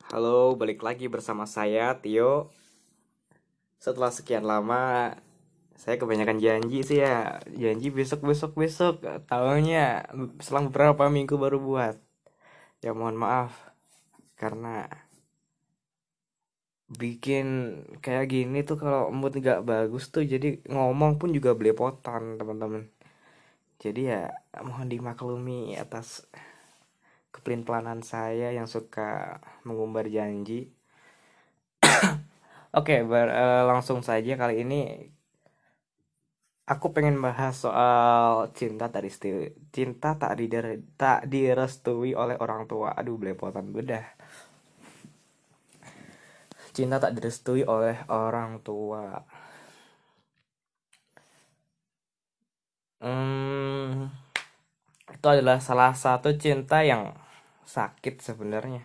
Halo, balik lagi bersama saya, Tio. Setelah sekian lama, saya kebanyakan janji sih ya. Janji besok, besok, besok. Taunya selang beberapa minggu baru buat. Ya mohon maaf, karena bikin kayak gini tuh kalau mood nggak bagus tuh jadi ngomong pun juga belepotan, teman-teman. Jadi ya mohon dimaklumi atas kepelin-pelanan saya yang suka mengumbar janji. Oke, langsung saja kali ini aku pengen bahas soal cinta tak direstui oleh orang tua. Aduh, belepotan bedah. Cinta tak direstui oleh orang tua. Hmm, itu adalah salah satu cinta yang sakit sebenarnya.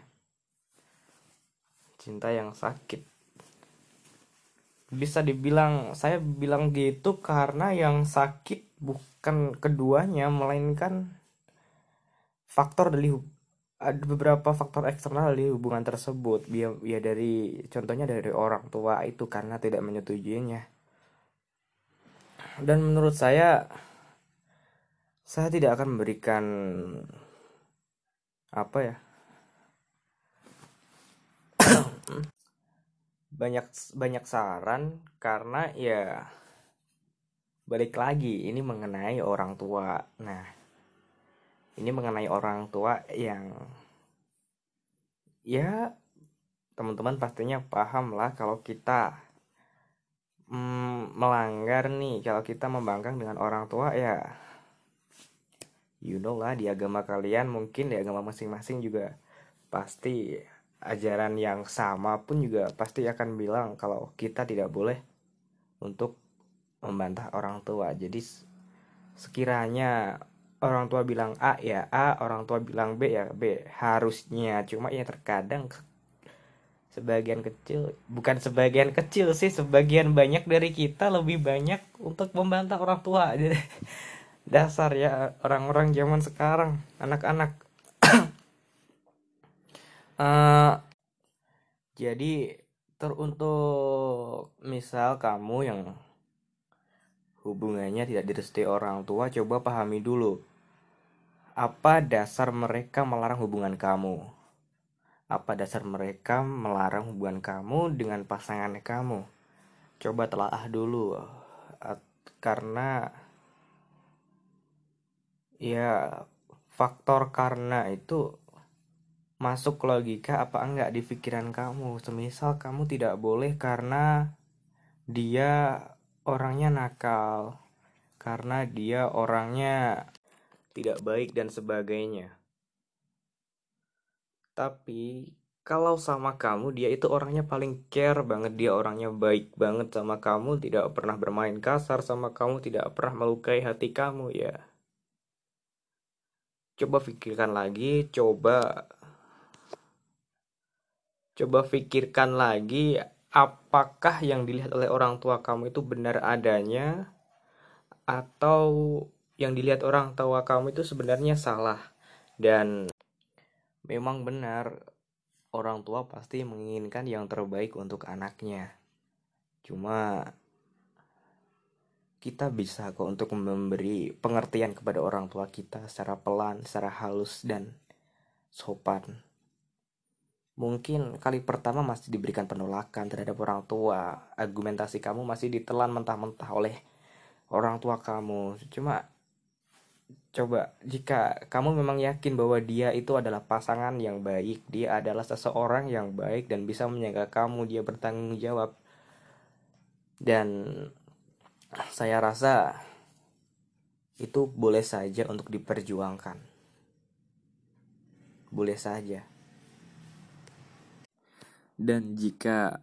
Cinta yang sakit. Bisa dibilang saya bilang gitu karena yang sakit bukan keduanya melainkan faktor dari ada beberapa faktor eksternal di hubungan tersebut. Ya dari contohnya dari orang tua itu karena tidak menyetujuinya. Dan menurut saya tidak akan memberikan apa ya, banyak banyak saran karena ya balik lagi ini mengenai orang tua. Nah, ini mengenai orang tua yang ya teman-teman pastinya paham lah kalau kita melanggar nih, kalau kita membangkang dengan orang tua ya you know lah, di agama kalian mungkin di agama masing-masing juga pasti ajaran yang sama pun juga pasti akan bilang kalau kita tidak boleh untuk membantah orang tua. Jadi sekiranya orang tua bilang A ya A, orang tua bilang B ya B, harusnya. Cuma ya terkadang sebagian kecil, bukan sebagian kecil sih, sebagian banyak dari kita lebih banyak untuk membantah orang tua. Dasar ya orang-orang zaman sekarang, anak-anak. Eh, jadi teruntuk misal kamu yang hubungannya tidak direstui orang tua, coba pahami dulu apa dasar mereka melarang hubungan kamu. Apa dasar mereka melarang hubungan kamu dengan pasangan kamu? Coba telaah dulu. Karena ya faktor karena itu masuk logika apa enggak di pikiran kamu. Semisal kamu tidak boleh karena dia orangnya nakal, karena dia orangnya tidak baik dan sebagainya. Tapi kalau sama kamu dia itu orangnya paling care banget, dia orangnya baik banget sama kamu, tidak pernah bermain kasar sama kamu, tidak pernah melukai hati kamu ya. Coba pikirkan lagi, coba pikirkan lagi apakah yang dilihat oleh orang tua kamu itu benar adanya atau yang dilihat orang tua kamu itu sebenarnya salah. Dan memang benar orang tua pasti menginginkan yang terbaik untuk anaknya. Cuma kita bisa kok untuk memberi pengertian kepada orang tua kita secara pelan, secara halus dan sopan. Mungkin kali pertama masih diberikan penolakan terhadap orang tua. Argumentasi kamu masih ditelan mentah-mentah oleh orang tua kamu. Cuma coba jika kamu memang yakin bahwa dia itu adalah pasangan yang baik, dia adalah seseorang yang baik dan bisa menjaga kamu, dia bertanggung jawab. Dan saya rasa itu boleh saja untuk diperjuangkan. Boleh saja. Dan jika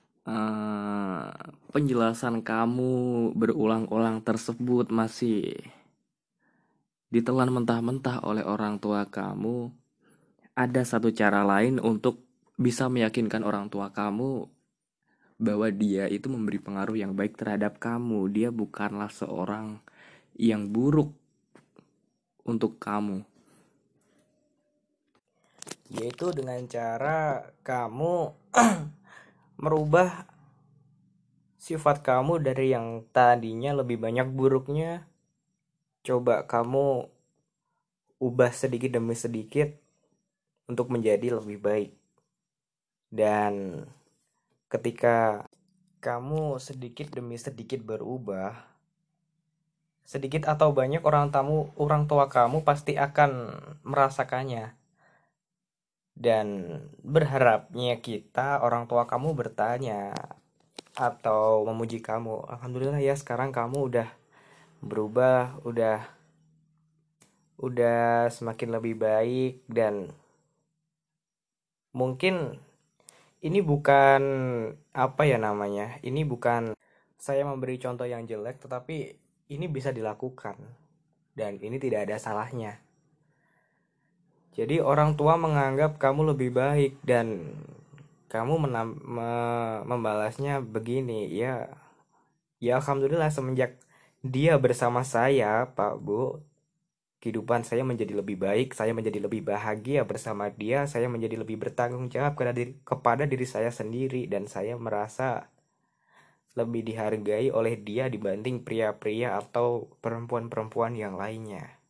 penjelasan kamu berulang-ulang tersebut masih ditelan mentah-mentah oleh orang tua kamu, ada satu cara lain untuk bisa meyakinkan orang tua kamu bahwa dia itu memberi pengaruh yang baik terhadap kamu. Dia bukanlah seorang yang buruk untuk kamu. yaitu dengan cara kamu merubah sifat kamu dari yang tadinya lebih banyak buruknya, coba kamu ubah sedikit demi sedikit untuk menjadi lebih baik. Dan ketika kamu sedikit demi sedikit berubah, sedikit atau banyak orang tua kamu pasti akan merasakannya. Dan berharapnya kita, orang tua kamu bertanya atau memuji kamu, alhamdulillah ya sekarang kamu udah berubah, udah semakin lebih baik. Dan mungkin ini bukan apa ya namanya, ini bukan saya memberi contoh yang jelek, tetapi ini bisa dilakukan dan ini tidak ada salahnya. Jadi orang tua menganggap kamu lebih baik dan kamu membalasnya begini ya. Ya alhamdulillah semenjak dia bersama saya, Pak Bu, kehidupan saya menjadi lebih baik, saya menjadi lebih bahagia bersama dia, saya menjadi lebih bertanggung jawab kepada diri saya sendiri, dan saya merasa lebih dihargai oleh dia dibanding pria-pria atau perempuan-perempuan yang lainnya.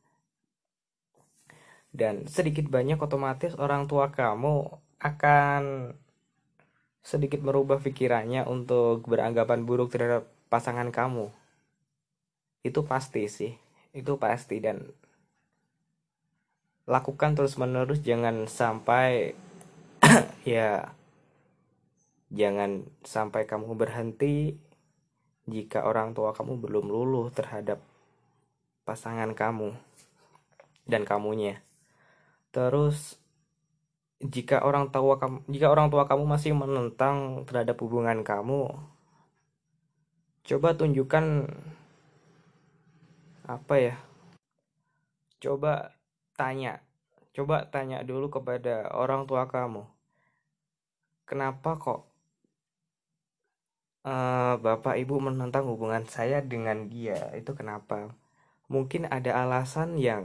Dan sedikit banyak otomatis orang tua kamu akan sedikit merubah pikirannya untuk beranggapan buruk terhadap pasangan kamu. Itu pasti sih, itu pasti. Dan lakukan terus-menerus, jangan sampai ya jangan sampai kamu berhenti jika orang tua kamu belum luluh terhadap pasangan kamu dan kamunya. Terus jika orang tua kamu masih menentang terhadap hubungan kamu, coba tunjukkan apa ya? Coba tanya. Coba tanya dulu kepada orang tua kamu. Kenapa kok bapak ibu menentang hubungan saya dengan dia? Itu kenapa? Mungkin ada alasan yang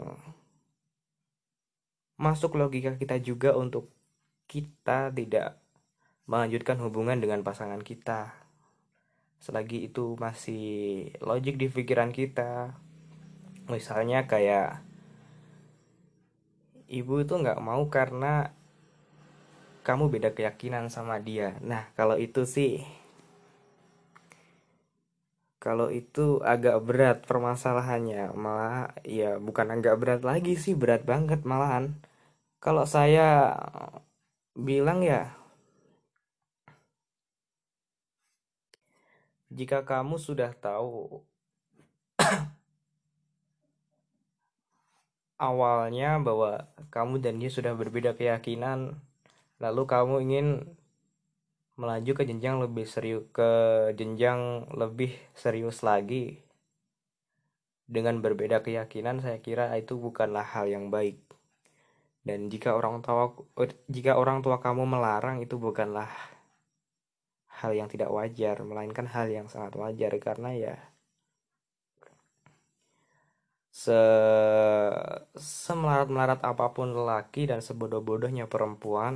masuk logika kita juga untuk kita tidak melanjutkan hubungan dengan pasangan kita. Selagi itu masih logik di pikiran kita. Misalnya kayak ibu itu nggak mau karena kamu beda keyakinan sama dia. Nah, kalau itu agak berat permasalahannya. Malah ya bukan agak berat lagi sih, berat banget malahan. Kalau saya bilang ya, jika kamu sudah tahu awalnya bahwa kamu dan dia sudah berbeda keyakinan, lalu kamu ingin melaju ke jenjang lebih serius lagi dengan berbeda keyakinan, saya kira itu bukanlah hal yang baik. Dan jika orang tua kamu melarang, itu bukanlah hal yang tidak wajar, melainkan hal yang sangat wajar. Karena ya se semelarat-melarat apapun lelaki dan sebodoh-bodohnya perempuan,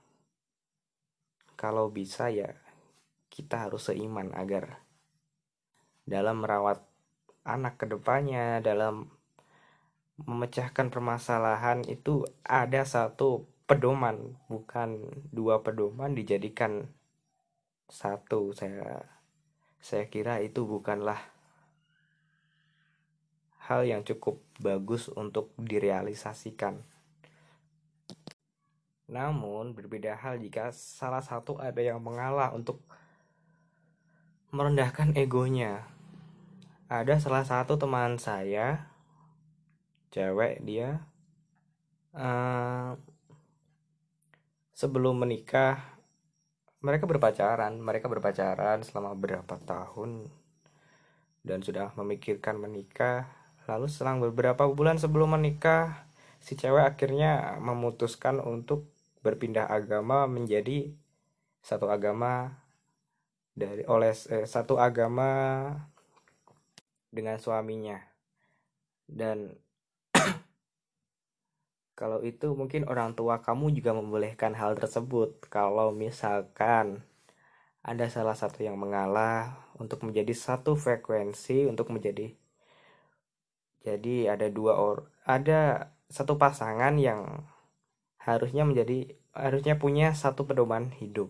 kalau bisa ya kita harus seiman agar dalam merawat anak kedepannya, dalam memecahkan permasalahan itu ada satu pedoman, bukan dua pedoman dijadikan satu. Saya kira itu bukanlah hal yang cukup bagus untuk direalisasikan. Namun berbeda hal jika salah satu ada yang mengalah untuk merendahkan egonya. Ada salah satu teman saya, cewek, dia eh, sebelum menikah mereka berpacaran selama berapa tahun dan sudah memikirkan menikah. Lalu selang beberapa bulan sebelum menikah, si cewek akhirnya memutuskan untuk berpindah agama menjadi satu agama satu agama dengan suaminya. Dan Kalau itu mungkin orang tua kamu juga membolehkan hal tersebut. Kalau misalkan ada salah satu yang mengalah untuk menjadi satu frekuensi, untuk menjadi, jadi ada satu pasangan yang harusnya punya satu pedoman hidup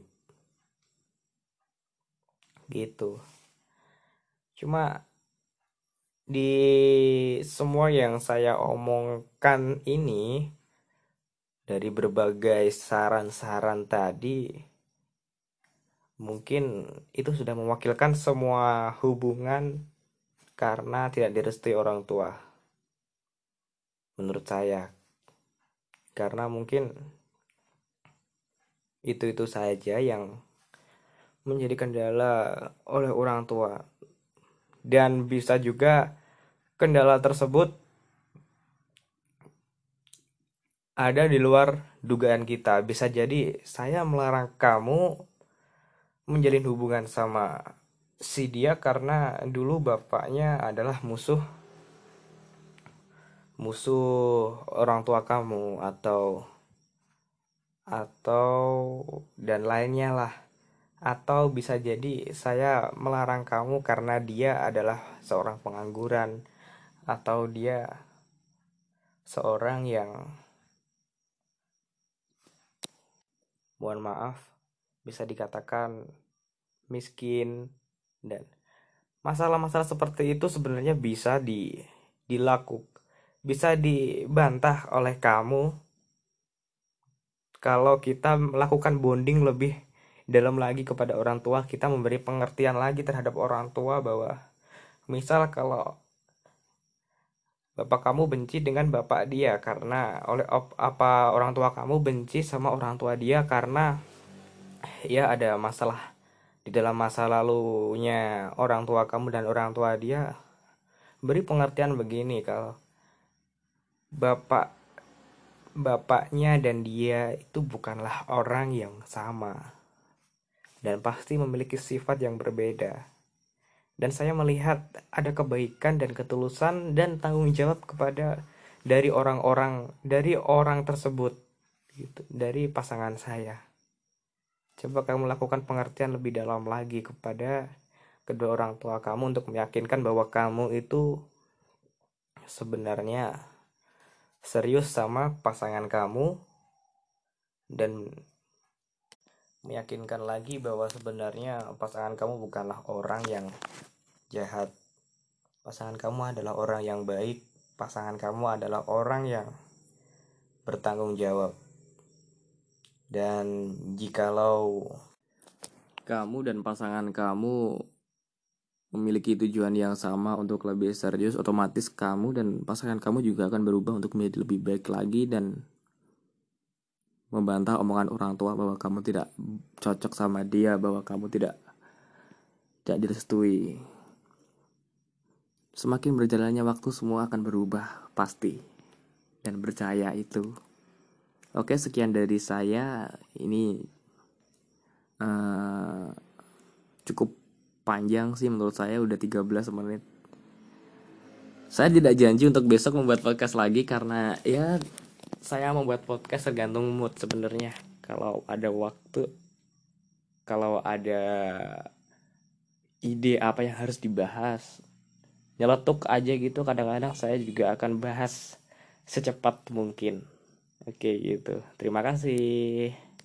gitu. Cuma di semua yang saya omongkan ini, dari berbagai saran-saran tadi, mungkin itu sudah mewakilkan semua hubungan karena tidak direstui orang tua, menurut saya. Karena mungkin itu saja yang menjadi kendala oleh orang tua. Dan bisa juga kendala tersebut ada di luar dugaan kita. Bisa jadi saya melarang kamu menjalin hubungan sama si dia karena dulu bapaknya adalah musuh musuh orang tua kamu, atau dan lainnya lah. Atau bisa jadi saya melarang kamu karena dia adalah seorang pengangguran, atau dia seorang yang, mohon maaf, bisa dikatakan miskin. Dan masalah-masalah seperti itu sebenarnya bisa dibantah oleh kamu kalau kita melakukan bonding lebih dalam lagi kepada orang tua. Kita memberi pengertian lagi terhadap orang tua bahwa misal kalau bapak kamu benci dengan bapak dia karena apa orang tua kamu benci sama orang tua dia karena ya ada masalah di dalam masa lalunya orang tua kamu dan orang tua dia. Beri pengertian begini, kalau bapak bapaknya dan dia itu bukanlah orang yang sama dan pasti memiliki sifat yang berbeda. Dan saya melihat ada kebaikan dan ketulusan dan tanggung jawab dari orang tersebut gitu, dari pasangan saya. Coba kamu lakukan pengertian lebih dalam lagi kepada kedua orang tua kamu untuk meyakinkan bahwa kamu itu sebenarnya serius sama pasangan kamu, dan meyakinkan lagi bahwa sebenarnya pasangan kamu bukanlah orang yang jahat. Pasangan kamu adalah orang yang baik. Pasangan kamu adalah orang yang bertanggung jawab. Dan jikalau kamu dan pasangan kamu memiliki tujuan yang sama untuk lebih serius, otomatis kamu dan pasangan kamu juga akan berubah untuk menjadi lebih baik lagi dan membantah omongan orang tua bahwa kamu tidak cocok sama dia, bahwa kamu tidak direstui. Semakin berjalannya waktu semua akan berubah pasti, dan percaya itu. Oke, sekian dari saya. Ini cukup panjang sih menurut saya, udah 13 menit. Saya tidak janji untuk besok membuat podcast lagi karena ya saya membuat podcast tergantung mood sebenarnya. Kalau ada waktu, kalau ada ide apa yang harus dibahas, nyeletuk aja gitu, kadang-kadang saya juga akan bahas secepat mungkin. Oke gitu. Terima kasih.